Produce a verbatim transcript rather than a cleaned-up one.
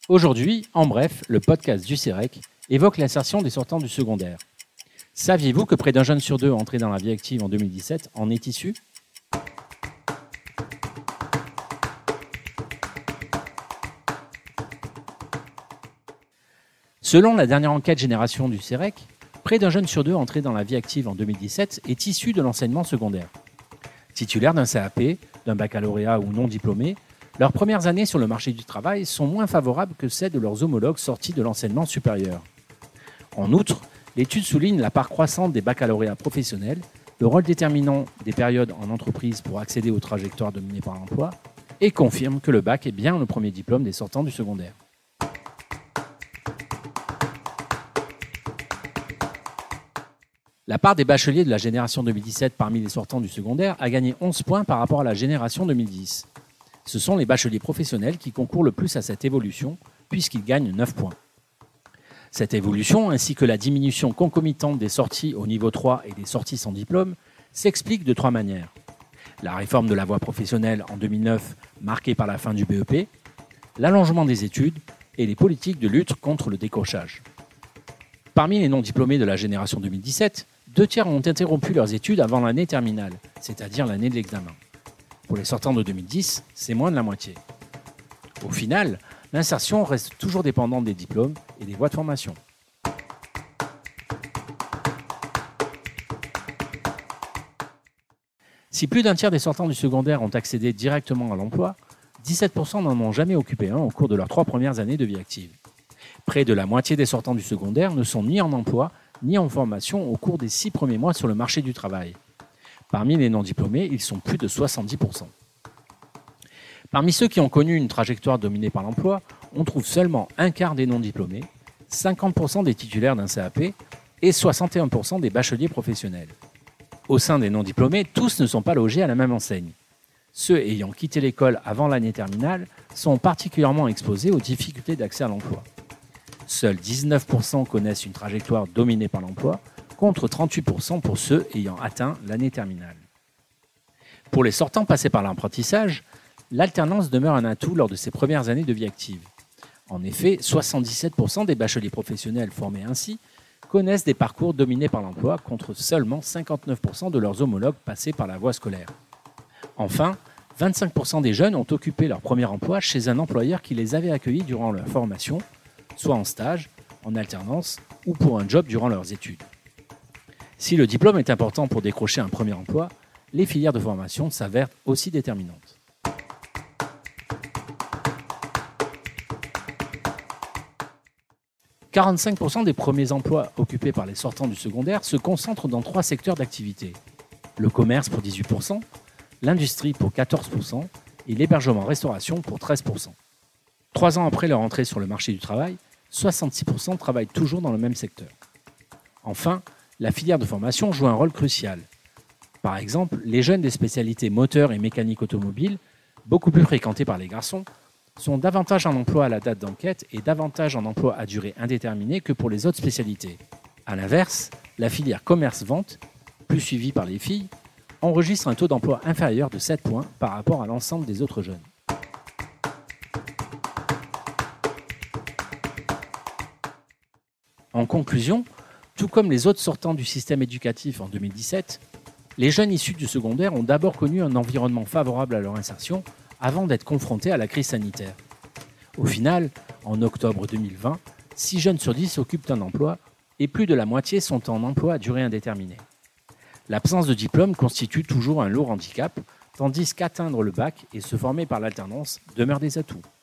Aujourd'hui, en bref, le podcast du C E R E C évoque l'insertion des sortants du secondaire. Saviez-vous que près d'un jeune sur deux entré dans la vie active en deux mille dix-sept en est issu ? Selon la dernière enquête Génération du C E R E C, près d'un jeune sur deux entré dans la vie active en deux mille dix-sept est issu de l'enseignement secondaire. Titulaires d'un C A P, d'un baccalauréat ou non diplômés, leurs premières années sur le marché du travail sont moins favorables que celles de leurs homologues sortis de l'enseignement supérieur. En outre, l'étude souligne la part croissante des baccalauréats professionnels, le rôle déterminant des périodes en entreprise pour accéder aux trajectoires dominées par l'emploi, et confirme que le bac est bien le premier diplôme des sortants du secondaire. La part des bacheliers de la génération deux mille dix-sept parmi les sortants du secondaire a gagné onze points par rapport à la génération deux mille dix. Ce sont les bacheliers professionnels qui concourent le plus à cette évolution, puisqu'ils gagnent neuf points. Cette évolution, ainsi que la diminution concomitante des sorties au niveau trois et des sorties sans diplôme, s'explique de trois manières. La réforme de la voie professionnelle en deux mille neuf, marquée par la fin du B E P, l'allongement des études et les politiques de lutte contre le décrochage. Parmi les non-diplômés de la génération deux mille dix-sept, deux tiers ont interrompu leurs études avant l'année terminale, c'est-à-dire l'année de l'examen. Pour les sortants de deux mille dix, c'est moins de la moitié. Au final, l'insertion reste toujours dépendante des diplômes et des voies de formation. Si plus d'un tiers des sortants du secondaire ont accédé directement à l'emploi, dix-sept pour cent n'en ont jamais occupé un au cours de leurs trois premières années de vie active. Près de la moitié des sortants du secondaire ne sont ni en emploi, ni en formation au cours des six premiers mois sur le marché du travail. Parmi les non-diplômés, ils sont plus de soixante-dix pour cent. Parmi ceux qui ont connu une trajectoire dominée par l'emploi, on trouve seulement un quart des non-diplômés, cinquante pour cent des titulaires d'un C A P et soixante et un pour cent des bacheliers professionnels. Au sein des non-diplômés, tous ne sont pas logés à la même enseigne. Ceux ayant quitté l'école avant l'année terminale sont particulièrement exposés aux difficultés d'accès à l'emploi. Seuls dix-neuf pour cent connaissent une trajectoire dominée par l'emploi, contre trente-huit pour cent pour ceux ayant atteint l'année terminale. Pour les sortants passés par l'apprentissage, l'alternance demeure un atout lors de ces premières années de vie active. En effet, soixante-dix-sept pour cent des bacheliers professionnels formés ainsi connaissent des parcours dominés par l'emploi, contre seulement cinquante-neuf pour cent de leurs homologues passés par la voie scolaire. Enfin, vingt-cinq pour cent des jeunes ont occupé leur premier emploi chez un employeur qui les avait accueillis durant leur formation, soit en stage, en alternance ou pour un job durant leurs études. Si le diplôme est important pour décrocher un premier emploi, les filières de formation s'avèrent aussi déterminantes. quarante-cinq pour cent des premiers emplois occupés par les sortants du secondaire se concentrent dans trois secteurs d'activité. Le commerce pour dix-huit pour cent, l'industrie pour quatorze pour cent et l'hébergement-restauration pour treize pour cent. Trois ans après leur entrée sur le marché du travail, soixante-six pour cent travaillent toujours dans le même secteur. Enfin, la filière de formation joue un rôle crucial. Par exemple, les jeunes des spécialités moteur et mécanique automobile, beaucoup plus fréquentées par les garçons, sont davantage en emploi à la date d'enquête et davantage en emploi à durée indéterminée que pour les autres spécialités. A l'inverse, la filière commerce-vente, plus suivie par les filles, enregistre un taux d'emploi inférieur de sept points par rapport à l'ensemble des autres jeunes. En conclusion, tout comme les autres sortants du système éducatif en deux mille dix-sept, les jeunes issus du secondaire ont d'abord connu un environnement favorable à leur insertion avant d'être confrontés à la crise sanitaire. Au final, en octobre deux mille vingt, six jeunes sur dix occupent un emploi et plus de la moitié sont en emploi à durée indéterminée. L'absence de diplôme constitue toujours un lourd handicap, tandis qu'atteindre le bac et se former par l'alternance demeurent des atouts.